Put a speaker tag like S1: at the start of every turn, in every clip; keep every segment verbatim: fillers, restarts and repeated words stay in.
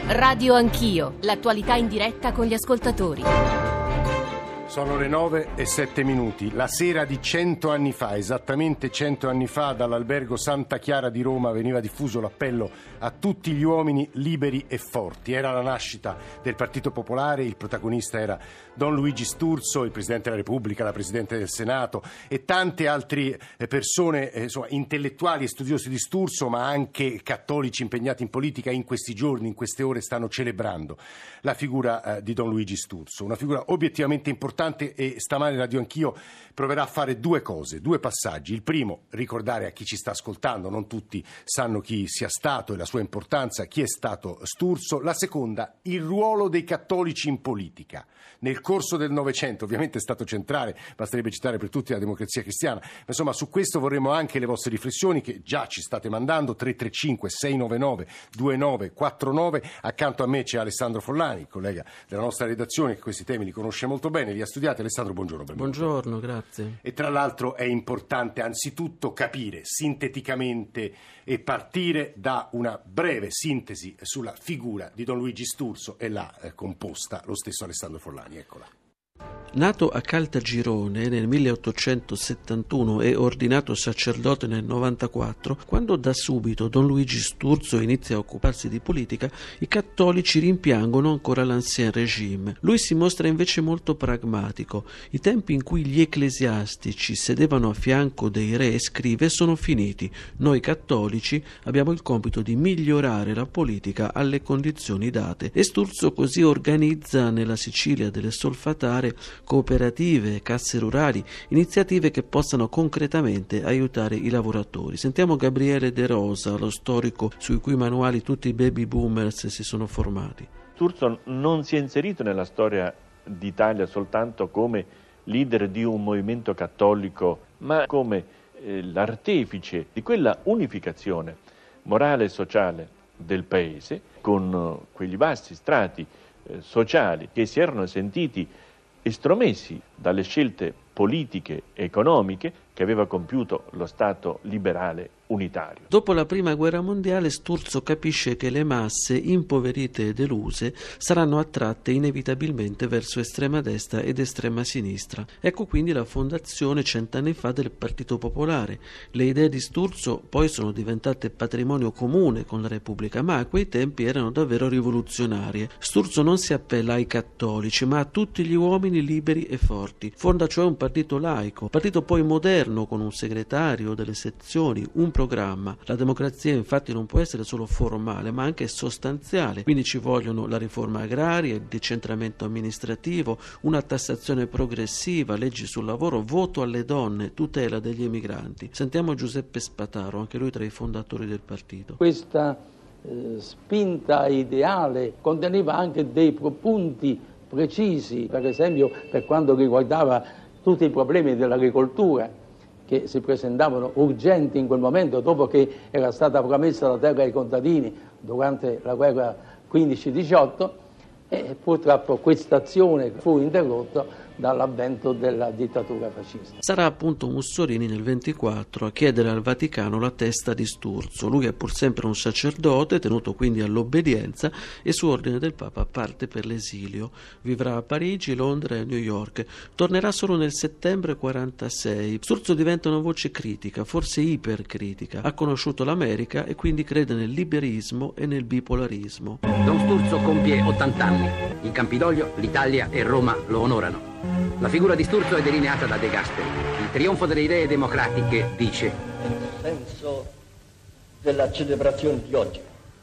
S1: Radio Anch'io, l'attualità in diretta con gli ascoltatori.
S2: Sono le nove e sette minuti. La sera di cento anni fa, esattamente cento anni fa, dall'albergo Santa Chiara di Roma veniva diffuso l'appello a tutti gli uomini liberi e forti. Era la nascita del Partito Popolare, il protagonista era Don Luigi Sturzo, il Presidente della Repubblica, la Presidente del Senato e tante altre persone, eh, insomma, intellettuali e studiosi di Sturzo, ma anche cattolici impegnati in politica. In questi giorni, in queste ore, stanno celebrando la figura eh, di Don Luigi Sturzo, una figura obiettivamente importante. E stamane Radio Anch'io proverà a fare due cose, due passaggi. Il primo, ricordare a chi ci sta ascoltando, non tutti sanno chi sia stato e la sua importanza, chi è stato Sturzo. La seconda, il ruolo dei cattolici in politica. Nel corso del Novecento, ovviamente è stato centrale, basterebbe citare per tutti la Democrazia Cristiana, ma insomma su questo vorremmo anche le vostre riflessioni che già ci state mandando. Tre tre cinque sei nove nove due nove quattro nove. Accanto a me c'è Alessandro Follani, il collega della nostra redazione che questi temi li conosce molto bene, li ha studiati. Alessandro, buongiorno. Benvenuto.
S3: Buongiorno, grazie.
S2: E tra l'altro è importante anzitutto capire sinteticamente e partire da una breve sintesi sulla figura di Don Luigi Sturzo, e l'ha eh, composta lo stesso Alessandro Follani. Eccola.
S3: Nato a Caltagirone nel milleottocentosettantuno e ordinato sacerdote nel novantaquattro, quando da subito Don Luigi Sturzo inizia a occuparsi di politica, i cattolici rimpiangono ancora l'Ancien Régime. Lui si mostra invece molto pragmatico. I tempi in cui gli ecclesiastici sedevano a fianco dei re, scrive, sono finiti. Noi cattolici abbiamo il compito di migliorare la politica alle condizioni date. E Sturzo così organizza nella Sicilia delle solfatare cooperative, casse rurali, iniziative che possano concretamente aiutare i lavoratori. Sentiamo Gabriele De Rosa, lo storico sui cui manuali tutti i baby boomers si sono formati.
S4: Sturzo non si è inserito nella storia d'Italia soltanto come leader di un movimento cattolico, ma come eh, l'artefice di quella unificazione morale e sociale del paese, con uh, quegli vasti strati eh, sociali che si erano sentiti estromessi dalle scelte politiche e economiche che aveva compiuto lo Stato liberale unitario.
S3: Dopo la Prima Guerra Mondiale, Sturzo capisce che le masse impoverite e deluse saranno attratte inevitabilmente verso estrema destra ed estrema sinistra. Ecco quindi la fondazione cent'anni fa del Partito Popolare. Le idee di Sturzo poi sono diventate patrimonio comune con la Repubblica, ma a quei tempi erano davvero rivoluzionarie. Sturzo non si appella ai cattolici, ma a tutti gli uomini liberi e forti. Fonda cioè un partito laico, partito poi moderno, con un segretario, delle sezioni, un programma. La democrazia infatti non può essere solo formale ma anche sostanziale, quindi ci vogliono la riforma agraria, il decentramento amministrativo, una tassazione progressiva, leggi sul lavoro, voto alle donne, tutela degli emigranti. Sentiamo Giuseppe Spataro, anche lui tra i fondatori del partito.
S5: Questa eh, spinta ideale conteneva anche dei punti precisi, per esempio per quanto riguardava tutti i problemi dell'agricoltura che si presentavano urgenti in quel momento, dopo che era stata promessa la terra ai contadini durante la guerra quindici diciotto, e purtroppo questa azione fu interrotta dall'avvento della dittatura fascista.
S3: Sarà appunto Mussolini nel ventiquattro a chiedere al Vaticano la testa di Sturzo. Lui è pur sempre un sacerdote, tenuto quindi all'obbedienza, e su ordine del Papa parte per l'esilio. Vivrà a Parigi, Londra e New York. Tornerà solo nel settembre quarantasei. Sturzo diventa una voce critica, forse ipercritica. Ha conosciuto l'America e quindi crede nel liberismo e nel bipolarismo.
S6: Don Sturzo compie ottanta anni. In Campidoglio l'Italia e Roma lo onorano. La figura di Sturzo è delineata da De Gasperi. Il trionfo delle idee democratiche dice:
S7: nel senso della celebrazione di oggi,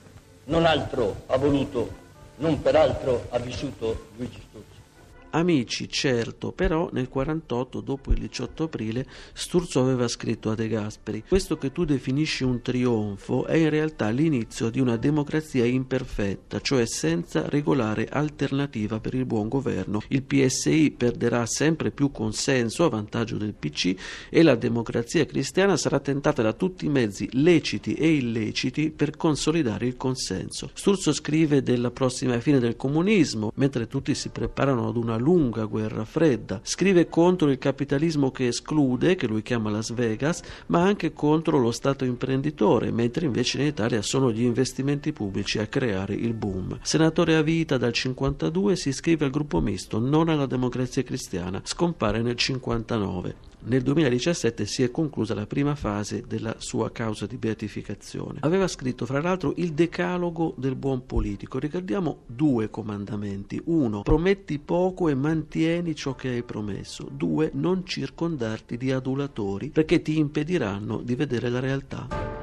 S7: non altro ha voluto, non peraltro ha vissuto Luigi Sturzo.
S3: Amici, certo, però nel quarantotto, dopo il diciotto aprile, Sturzo aveva scritto a De Gasperi: questo che tu definisci un trionfo è in realtà l'inizio di una democrazia imperfetta, cioè senza regolare alternativa per il buon governo. Il P S I perderà sempre più consenso a vantaggio del P C e la democrazia cristiana sarà tentata da tutti i mezzi leciti e illeciti per consolidare il consenso. Sturzo scrive della prossima fine del comunismo, mentre tutti si preparano ad una lunga guerra fredda. Scrive contro il capitalismo che esclude, che lui chiama Las Vegas, ma anche contro lo Stato imprenditore, mentre invece in Italia sono gli investimenti pubblici a creare il boom. Senatore a vita dal cinquantadue, si iscrive al gruppo misto Non alla Democrazia Cristiana, scompare nel cinquantanove. Nel duemiladiciassette si è conclusa la prima fase della sua causa di beatificazione. Aveva scritto fra l'altro il decalogo del buon politico. Ricordiamo due comandamenti. Uno, prometti poco e mantieni ciò che hai promesso. Due, non circondarti di adulatori perché ti impediranno di vedere la realtà.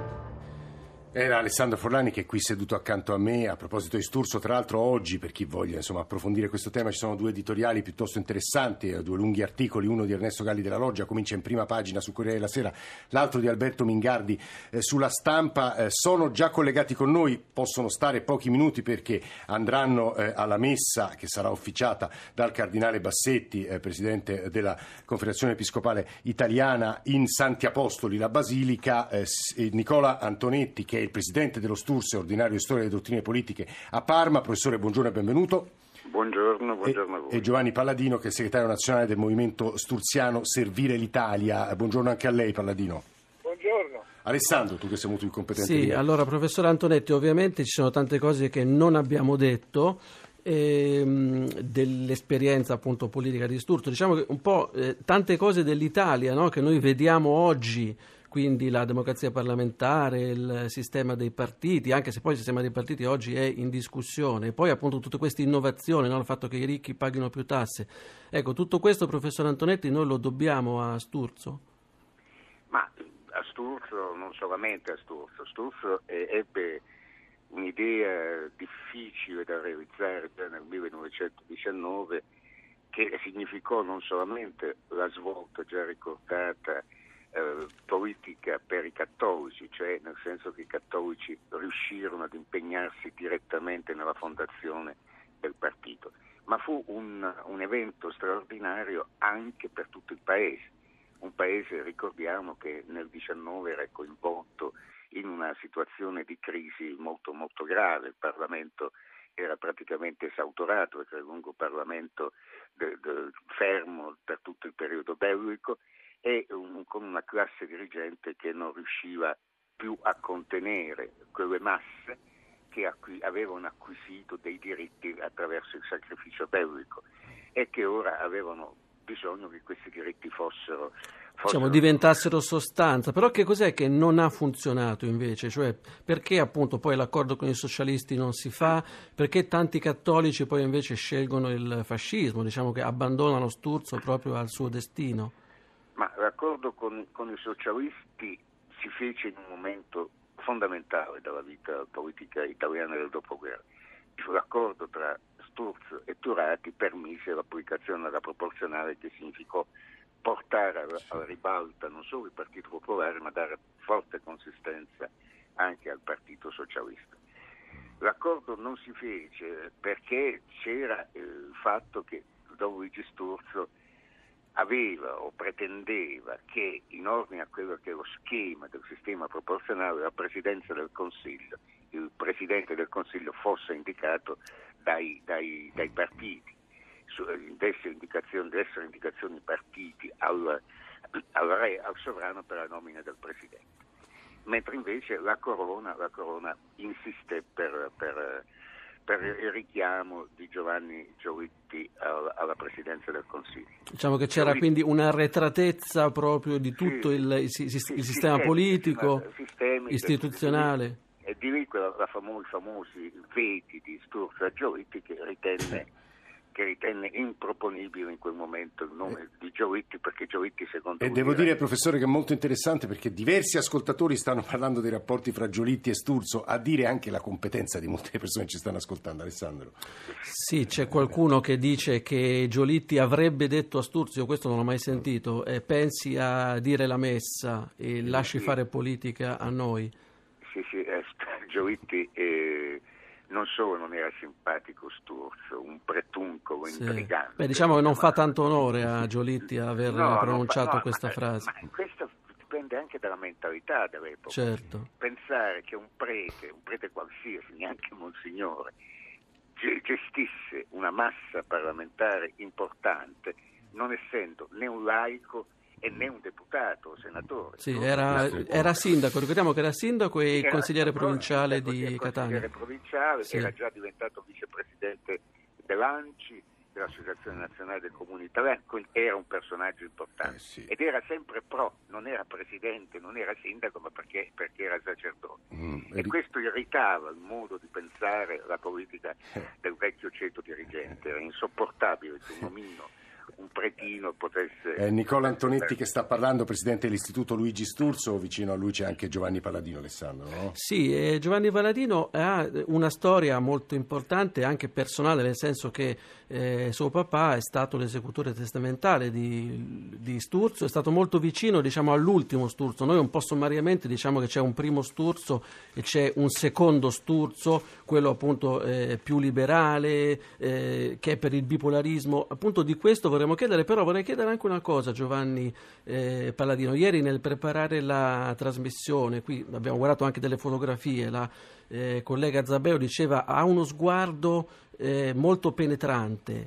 S2: Era Alessandro Forlani che è qui seduto accanto a me. A proposito di Sturzo, tra l'altro oggi, per chi voglia insomma approfondire questo tema, ci sono due editoriali piuttosto interessanti, due lunghi articoli, uno di Ernesto Galli della Loggia, comincia in prima pagina su Corriere della Sera, l'altro di Alberto Mingardi eh, sulla Stampa. Eh, sono già collegati con noi, possono stare pochi minuti perché andranno eh, alla messa che sarà officiata dal Cardinale Bassetti, eh, Presidente della Confederazione Episcopale Italiana, in Santi Apostoli, la Basilica. eh, Nicola Antonetti, che è il presidente dello Sturzo, ordinario di storia e dottrine politiche a Parma. Professore, buongiorno e benvenuto.
S8: Buongiorno, buongiorno
S2: e,
S8: a voi.
S2: E Giovanni Palladino, che è segretario nazionale del movimento sturziano Servire l'Italia. Buongiorno anche a lei, Palladino.
S8: Buongiorno.
S2: Alessandro, tu che sei molto più competente.
S3: Sì, allora professore Antonetti, ovviamente ci sono tante cose che non abbiamo detto ehm, dell'esperienza appunto politica di Sturzo. Diciamo che un po' eh, tante cose dell'Italia, no, che noi vediamo oggi, quindi la democrazia parlamentare, il sistema dei partiti, anche se poi il sistema dei partiti oggi è in discussione, poi appunto tutte queste innovazioni, no? Il fatto che i ricchi paghino più tasse. Ecco, tutto questo, professor Antonetti, noi lo dobbiamo a Sturzo?
S8: Ma a Sturzo, non solamente a Sturzo, Sturzo ebbe un'idea difficile da realizzare già nel millenovecentodiciannove, che significò non solamente la svolta già ricordata Eh, politica per i cattolici, cioè nel senso che i cattolici riuscirono ad impegnarsi direttamente nella fondazione del partito, ma fu un, un evento straordinario anche per tutto il paese. Un paese, ricordiamo, che nel diciannove era coinvolto in una situazione di crisi molto molto grave. Il Parlamento era praticamente esautorato, perché era il lungo Parlamento de, de, fermo per tutto il periodo bellico, e un, con una classe dirigente che non riusciva più a contenere quelle masse che acqui, avevano acquisito dei diritti attraverso il sacrificio bellico e che ora avevano bisogno che questi diritti fossero, fossero
S3: diciamo diventassero sostanza. Però che cos'è che non ha funzionato invece? Cioè, perché appunto poi l'accordo con i socialisti non si fa? Perché tanti cattolici poi invece scelgono il fascismo, diciamo che abbandonano Sturzo proprio al suo destino?
S8: Ma l'accordo con, con i socialisti si fece in un momento fondamentale della vita politica italiana del dopoguerra. L'accordo tra Sturzo e Turati permise l'applicazione della proporzionale, che significò portare alla, alla ribalta non solo il Partito Popolare, ma dare forte consistenza anche al Partito Socialista. L'accordo non si fece perché c'era il fatto che Don Luigi Sturzo aveva o pretendeva che, in ordine a quello che è lo schema del sistema proporzionale, la presidenza del Consiglio, il presidente del Consiglio fosse indicato dai, dai, dai partiti, desse indicazioni, dessero indicazioni partiti al, al re, al sovrano, per la nomina del presidente. Mentre invece la Corona, la Corona insiste per, per per il richiamo di Giovanni Giolitti alla, alla presidenza del Consiglio.
S3: Diciamo che c'era Giolitti, quindi una arretratezza proprio di tutto sì, il, il, sì, il sistema sistemi, politico, sistemi, istituzionale.
S8: E di lì quella, la famo, i famosi veti di Sturzo a Giolitti, che ritenne che ritenne improponibile in quel momento il nome di Giolitti, perché Giolitti secondo
S2: e
S8: lui
S2: devo
S8: era...
S2: dire, professore, che è molto interessante, perché diversi ascoltatori stanno parlando dei rapporti fra Giolitti e Sturzo, a dire anche la competenza di molte persone che ci stanno ascoltando. Alessandro.
S3: Sì, c'è qualcuno che dice che Giolitti avrebbe detto a Sturzo, io questo non l'ho mai sentito, eh, pensi a dire la messa e lasci sì. fare politica a noi.
S8: Sì, sì, eh, Giolitti eh... non solo non era simpatico Sturzo, un pretuncolo sì. intrigante.
S3: Beh, diciamo che non fa tanto onore a Giolitti aver no, pronunciato no, questa
S8: ma,
S3: frase.
S8: Ma questo dipende anche dalla mentalità dell'epoca.
S3: Certo.
S8: Pensare che un prete, un prete qualsiasi, neanche Monsignore, gestisse una massa parlamentare importante, non essendo né un laico e né un deputato o senatore.
S3: Sì, era, era sindaco, ricordiamo che era sindaco e
S8: era
S3: consigliere provinciale
S8: sindaco,
S3: di Catania.
S8: Consigliere provinciale,
S3: sì.
S8: Era già diventato vicepresidente dell'ANCI, dell'Associazione Nazionale dei Comuni Italiani, quindi era un personaggio importante.
S2: Eh sì.
S8: Ed era sempre pro, non era presidente, non era sindaco, ma perché, perché era sacerdote. Mm, e eri... questo irritava il modo di pensare la politica del vecchio ceto dirigente, era insopportabile che un omino, un pretino potesse...
S2: È Nicola Antonetti che sta parlando, presidente dell'Istituto Luigi Sturzo, vicino a lui c'è anche Giovanni Paladino, Alessandro, no?
S3: Sì, eh, Giovanni Paladino ha una storia molto importante, anche personale, nel senso che eh, suo papà è stato l'esecutore testamentale di, di Sturzo, è stato molto vicino, diciamo, all'ultimo Sturzo. Noi un po' sommariamente diciamo che c'è un primo Sturzo e c'è un secondo Sturzo, quello appunto eh, più liberale, eh, che è per il bipolarismo. Appunto di questo vorremmo chiedere, però vorrei chiedere anche una cosa, Giovanni eh, Paladino. Ieri nel preparare la trasmissione, qui abbiamo guardato anche delle fotografie, la eh, collega Zabeo diceva ha uno sguardo eh, molto penetrante.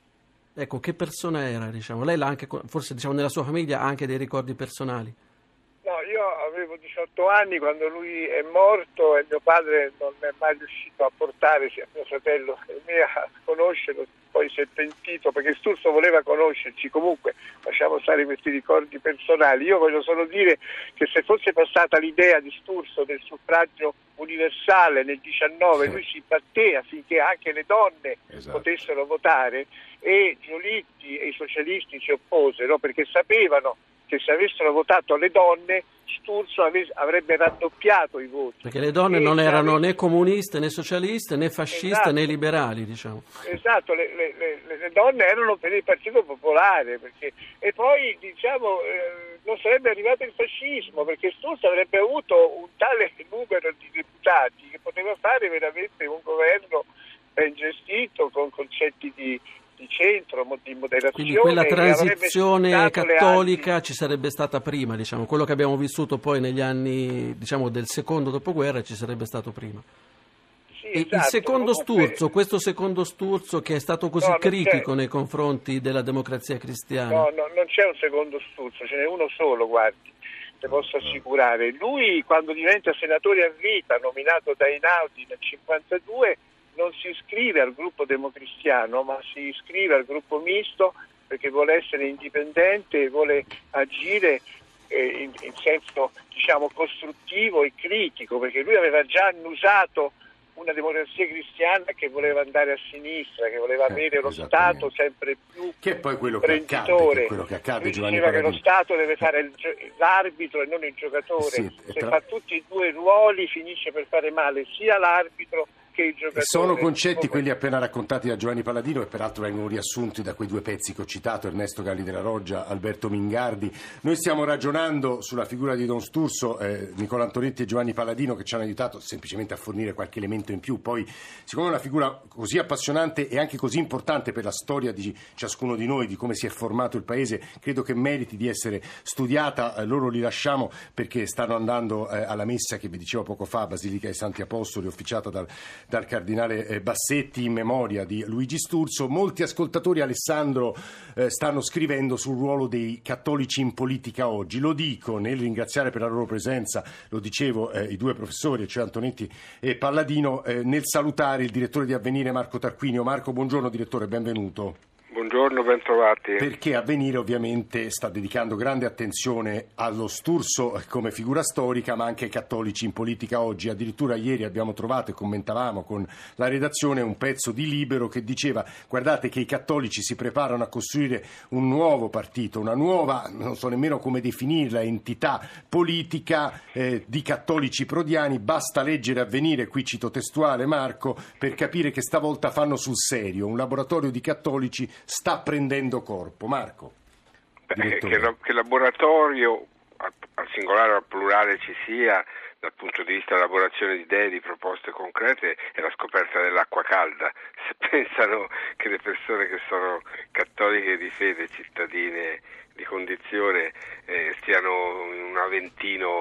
S3: Ecco, che persona era, diciamo? Lei l'ha anche, forse diciamo nella sua famiglia ha anche dei ricordi personali.
S9: No, io avevo diciotto anni quando lui è morto e mio padre non è mai riuscito a portare sia mio fratello e me a conoscerlo, poi si è pentito perché Sturzo voleva conoscerci. Comunque lasciamo stare questi ricordi personali. Io voglio solo dire che se fosse passata l'idea di Sturzo del suffragio universale nel diciannove, sì, lui si batté affinché anche le donne esatto. potessero votare, e Giolitti e i socialisti si opposero perché sapevano che se avessero votato le donne Sturzo avrebbe raddoppiato i voti.
S3: Perché le donne e non erano né comuniste né socialiste né fasciste esatto. né liberali, diciamo.
S9: Esatto, le, le, le, le donne erano per il Partito Popolare, perché, e poi diciamo eh, non sarebbe arrivato il fascismo, perché Sturzo avrebbe avuto un tale numero di deputati che poteva fare veramente un governo ben gestito con concetti di di centro, di moderazione.
S3: Quindi quella transizione cattolica ci sarebbe stata prima, diciamo, quello che abbiamo vissuto poi negli anni, diciamo, del secondo dopoguerra ci sarebbe stato prima.
S9: Sì,
S3: e
S9: esatto,
S3: il secondo
S9: comunque...
S3: Sturzo, questo secondo Sturzo che è stato così
S9: no,
S3: critico nei confronti della Democrazia Cristiana.
S9: No, no, non c'è un secondo Sturzo, ce n'è uno solo, guardi, te posso assicurare. Lui quando diventa senatore a vita, nominato da Einaudi nel cinquantadue, non si iscrive al gruppo democristiano, ma si iscrive al gruppo misto perché vuole essere indipendente e vuole agire eh, in, in senso diciamo costruttivo e critico, perché lui aveva già annusato una democrazia cristiana che voleva andare a sinistra, che voleva eh, avere lo Stato sempre più
S2: che è poi quello che accade, che è quello che accade.
S9: Lui
S2: Giovanni
S9: diceva
S2: Paladino.
S9: che lo Stato deve fare il, l'arbitro e non il giocatore.
S2: Sì,
S9: se
S2: tra...
S9: fa tutti e due i ruoli finisce per fare male sia l'arbitro che il giocatore.
S2: Sono concetti quelli appena raccontati da Giovanni Paladino e peraltro vengono riassunti da quei due pezzi che ho citato, Ernesto Galli della Roggia, Alberto Mingardi. Noi stiamo ragionando sulla figura di Don Sturzo, eh, Nicola Antonetti e Giovanni Paladino che ci hanno aiutato semplicemente a fornire qualche elemento in più. Poi, siccome è una figura così appassionante e anche così importante per la storia di ciascuno di noi, di come si è formato il paese, credo che meriti di essere studiata. Eh, loro li lasciamo perché stanno andando eh, alla messa che vi dicevo poco fa, Basilica dei Santi Apostoli, officiata dal dal cardinale Bassetti in memoria di Luigi Sturzo. Molti ascoltatori, Alessandro, eh, stanno scrivendo sul ruolo dei cattolici in politica oggi. Lo dico nel ringraziare per la loro presenza, lo dicevo, eh, i due professori, cioè Antonetti e Palladino, eh, nel salutare il direttore di Avvenire Marco Tarquinio. Marco, buongiorno direttore, benvenuto.
S10: Buongiorno, ben trovati.
S2: Perché Avvenire ovviamente sta dedicando grande attenzione allo Sturzo come figura storica, ma anche ai cattolici in politica oggi. Addirittura ieri abbiamo trovato e commentavamo con la redazione un pezzo di Libero che diceva: guardate che i cattolici si preparano a costruire un nuovo partito, una nuova, non so nemmeno come definirla, entità politica eh, di cattolici prodiani. Basta leggere Avvenire, qui cito testuale Marco, per capire che stavolta fanno sul serio. Un laboratorio di cattolici sta prendendo corpo. Marco.
S10: Beh, che, che laboratorio al, al singolare o al plurale ci sia dal punto di vista dell'elaborazione di idee, di proposte concrete, è la scoperta dell'acqua calda. Se pensano che le persone che sono cattoliche di fede, cittadine di condizione, eh, stiano in un Aventino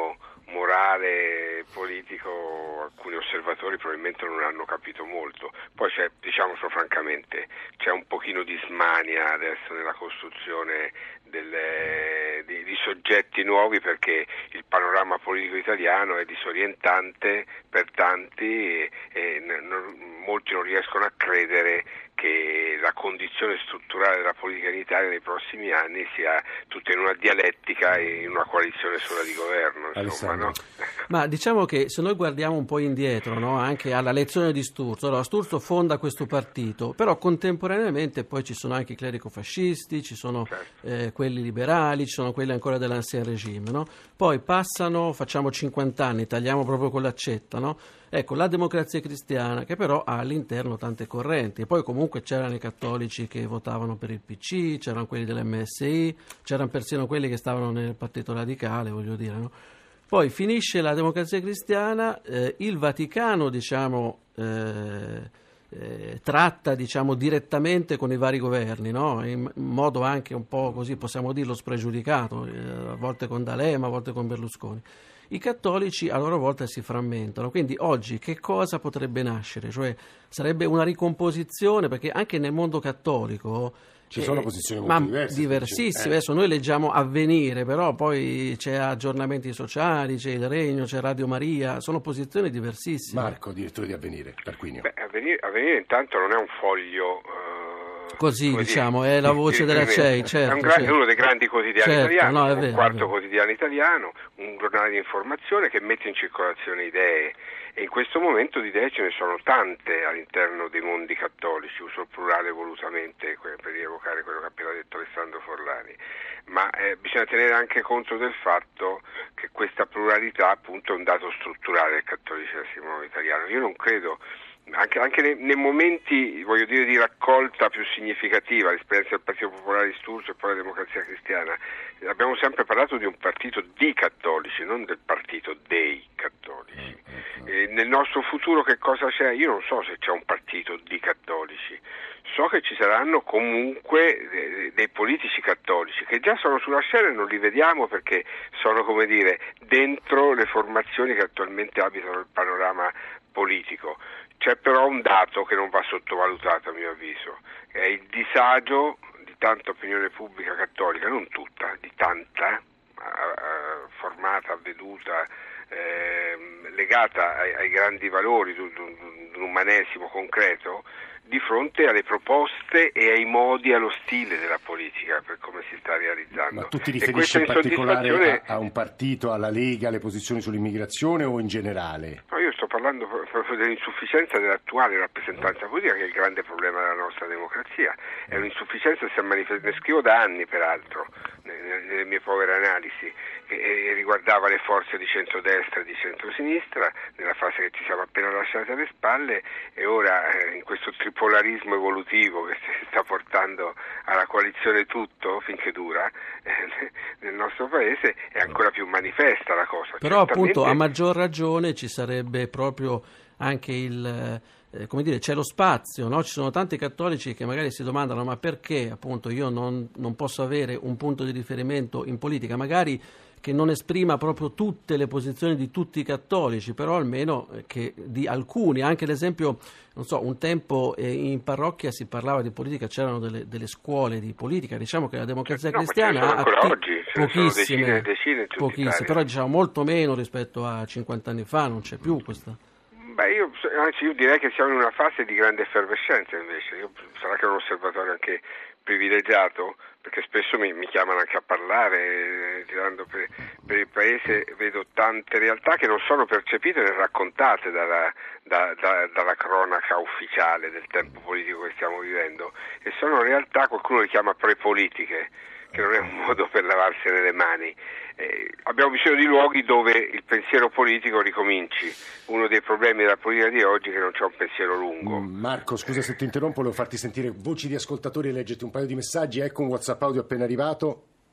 S10: morale politico alcuni osservatori probabilmente non hanno capito molto. Poi c'è, diciamocelo francamente, c'è un pochino di smania adesso nella costruzione delle, di, di soggetti nuovi, perché il panorama politico italiano è disorientante per tanti e, e non, molti non riescono a credere che la condizione strutturale della politica in Italia nei prossimi anni sia tutta in una dialettica e in una coalizione sola di governo, insomma, no?
S3: Ma diciamo che se noi guardiamo un po' indietro, no, anche alla lezione di Sturzo, allora Sturzo fonda questo partito, però contemporaneamente poi ci sono anche i clericofascisti, ci sono certo. eh, quelli liberali, ci sono quelli ancora dell'ancien regime, no? Poi passano, facciamo cinquanta anni, tagliamo proprio con l'accetta, no? Ecco, la Democrazia Cristiana, che però ha all'interno tante correnti, e poi comunque c'erano i cattolici che votavano per il P C, c'erano quelli dell'M S I, c'erano persino quelli che stavano nel Partito Radicale, voglio dire, no? Poi finisce la Democrazia Cristiana, eh, il Vaticano, diciamo, eh, eh, tratta, diciamo, direttamente con i vari governi, no? In modo anche un po' così, possiamo dirlo, spregiudicato, eh, a volte con D'Alema, a volte con Berlusconi. I cattolici a loro volta si frammentano, quindi oggi che cosa potrebbe nascere? Cioè sarebbe una ricomposizione, perché anche nel mondo cattolico
S2: ci sono eh, posizioni molto diverse.
S3: Diversissime,
S2: eh.
S3: adesso noi leggiamo Avvenire, però poi c'è Aggiornamenti Sociali, c'è Il Regno, c'è Radio Maria, sono posizioni diversissime.
S2: Marco, direttore di Avvenire, Tarquinio.
S10: Beh, Avvenire, Avvenire intanto non è un foglio... Uh...
S3: Così,
S10: Come
S3: diciamo,
S10: dire,
S3: è la voce della C E I, certo.
S10: È un grande,
S3: certo.
S10: uno dei grandi quotidiani
S3: certo,
S10: italiani,
S3: no, è
S10: un
S3: vero,
S10: quarto
S3: è vero.
S10: quotidiano italiano, un giornale di informazione che mette in circolazione idee, e in questo momento di idee ce ne sono tante all'interno dei mondi cattolici, uso il plurale volutamente per rievocare quello che ha appena detto Alessandro Forlani, ma eh, bisogna tenere anche conto del fatto che questa pluralità appunto è un dato strutturale del cattolicesimo italiano. Io non credo... Anche, anche nei, nei momenti, voglio dire, di raccolta più significativa, l'esperienza del Partito Popolare di Sturzo e poi la Democrazia Cristiana, abbiamo sempre parlato di un partito di cattolici, non del partito dei cattolici. E nel nostro futuro che cosa c'è? Io non so se c'è un partito di cattolici, so che ci saranno comunque dei, dei politici cattolici che già sono sulla scena e non li vediamo perché sono, come dire, dentro le formazioni che attualmente abitano il panorama politico. C'è però un dato che non va sottovalutato a mio avviso, è il disagio di tanta opinione pubblica cattolica, non tutta, di tanta, uh, formata, avveduta, eh, legata ai, ai grandi valori di un umanesimo concreto, di fronte alle proposte e ai modi, allo stile della politica, per come si sta realizzando.
S2: Ma tu ti riferisci in particolare a, a un partito, alla Lega, alle posizioni sull'immigrazione o in generale?
S10: No, io sto parlando proprio dell'insufficienza dell'attuale rappresentanza politica, che è il grande problema della nostra democrazia. È un'insufficienza che si è manifestata, ne scrivo da anni peraltro, nelle, nelle mie povere analisi, che riguardava le forze di centrodestra e di centrosinistra, nella fase che ci siamo appena lasciati alle spalle, e ora eh, in questo tripolarismo evolutivo che si sta portando alla coalizione tutto, finché dura, eh, nel nostro paese è ancora più manifesta la cosa.
S3: Però Certamente... appunto a maggior ragione ci sarebbe proprio anche il... Eh, come dire, c'è lo spazio, no? Ci sono tanti cattolici che magari si domandano ma perché appunto io non, non posso avere un punto di riferimento in politica, magari che non esprima proprio tutte le posizioni di tutti i cattolici, però almeno che di alcuni, anche ad esempio, non so, un tempo eh, in parrocchia si parlava di politica, c'erano delle, delle scuole di politica, diciamo che la Democrazia
S10: no,
S3: Cristiana ha
S10: ancora oggi,
S3: pochissime,
S10: decine, decine
S3: pochissime però diciamo molto meno rispetto a cinquanta anni fa, non c'è più questa.
S10: Beh, io, anzi, io direi che siamo in una fase di grande effervescenza invece. Io, sarà che è un osservatorio anche privilegiato, perché spesso mi, mi chiamano anche a parlare, eh, girando per, per il paese vedo tante realtà che non sono percepite né raccontate dalla, da, da, dalla cronaca ufficiale del tempo politico che stiamo vivendo, e sono realtà, qualcuno le chiama prepolitiche, che non è un modo per lavarsene le mani. Eh, abbiamo bisogno di luoghi dove il pensiero politico ricominci. Uno dei problemi della politica di oggi è che non c'è un pensiero lungo.
S2: Marco, scusa se ti interrompo, volevo farti sentire voci di ascoltatori e leggerti un paio di messaggi. Ecco un WhatsApp audio appena arrivato.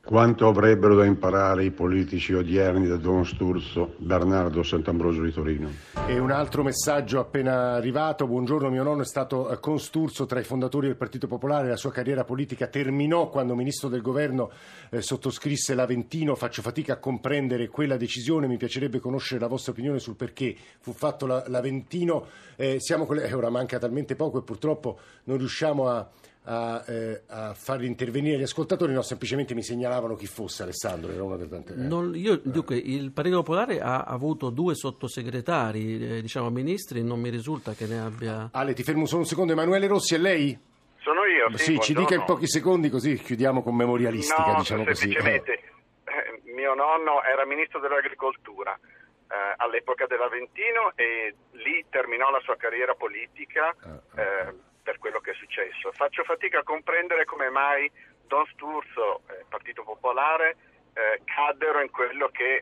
S11: Quanto avrebbero da imparare i politici odierni da Don Sturzo, Bernardo Sant'Ambrogio di Torino.
S2: E un altro messaggio appena arrivato. Buongiorno, mio nonno è stato con Sturzo tra i fondatori del Partito Popolare. La sua carriera politica terminò quando ministro del governo eh, sottoscrisse l'Aventino. Faccio fatica a comprendere quella decisione. Mi piacerebbe conoscere la vostra opinione sul perché fu fatto la, l'Aventino. Eh, siamo con le... Ora manca talmente poco e purtroppo non riusciamo a A, eh, a far intervenire gli ascoltatori, no, semplicemente mi segnalavano chi fosse Alessandro, era una delle tante... Eh.
S3: Non, io dico che il Partito Popolare ha avuto due sottosegretari, eh, diciamo ministri, non mi risulta che ne abbia...
S2: Ale, ti fermo solo un secondo. Emanuele Rossi, è lei?
S12: Sono io, sì,
S2: sì ci dica in pochi secondi così chiudiamo con memorialistica,
S12: no,
S2: diciamo così.
S12: semplicemente eh, mio nonno era ministro dell'agricoltura eh, all'epoca dell'Aventino e lì terminò la sua carriera politica eh, per quello che è successo. Faccio fatica a comprendere come mai Don Sturzo e eh, Partito Popolare eh, caddero in quello che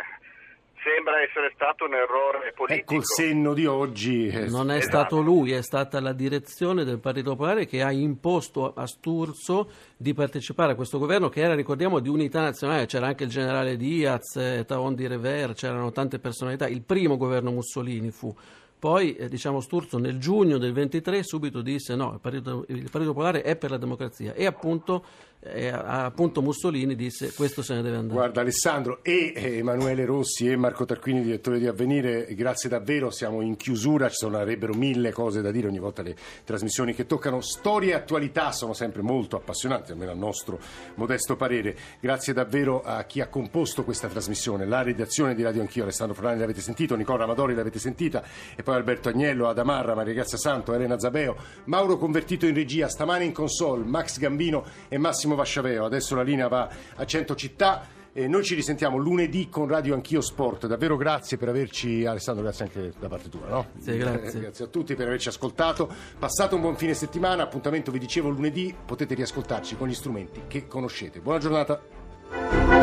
S12: eh, sembra essere stato un errore politico.
S2: Ecco il senno di oggi. Eh,
S3: non è
S12: esatto.
S3: stato lui, è stata la direzione del Partito Popolare che ha imposto a Sturzo di partecipare a questo governo che era, ricordiamo, di unità nazionale. C'era anche il generale Diaz, eh, Taon di Rever, c'erano tante personalità. Il primo governo Mussolini fu. Poi, eh, diciamo, Sturzo nel giugno del ventitré subito disse no, il Partito, il Partito Popolare è per la democrazia e appunto, eh, appunto Mussolini disse questo se ne deve andare.
S2: Guarda Alessandro e Emanuele Rossi e Marco Tarquini, direttore di Avvenire, grazie davvero, siamo in chiusura, ci sarebbero mille cose da dire ogni volta. Le trasmissioni che toccano storia e attualità sono sempre molto appassionanti, almeno a nostro modesto parere. Grazie davvero a chi ha composto questa trasmissione, la redazione di Radio Anch'io, Alessandro Forlani l'avete sentito, Nicola Amadori l'avete sentita e poi Alberto Agnello, Adamarra, Maria Grazia Santo, Elena Zabeo, Mauro Convertito in regia, stamane in console Max Gambino e Massimo Vasciaveo. Adesso la linea va a Cento Città e noi ci risentiamo lunedì con Radio Anch'io Sport. Davvero grazie per averci, Alessandro, grazie anche da parte tua, no?
S3: Sì, grazie.
S2: Grazie a tutti per averci ascoltato. Passate un buon fine settimana, appuntamento vi dicevo lunedì, potete riascoltarci con gli strumenti che conoscete. Buona giornata.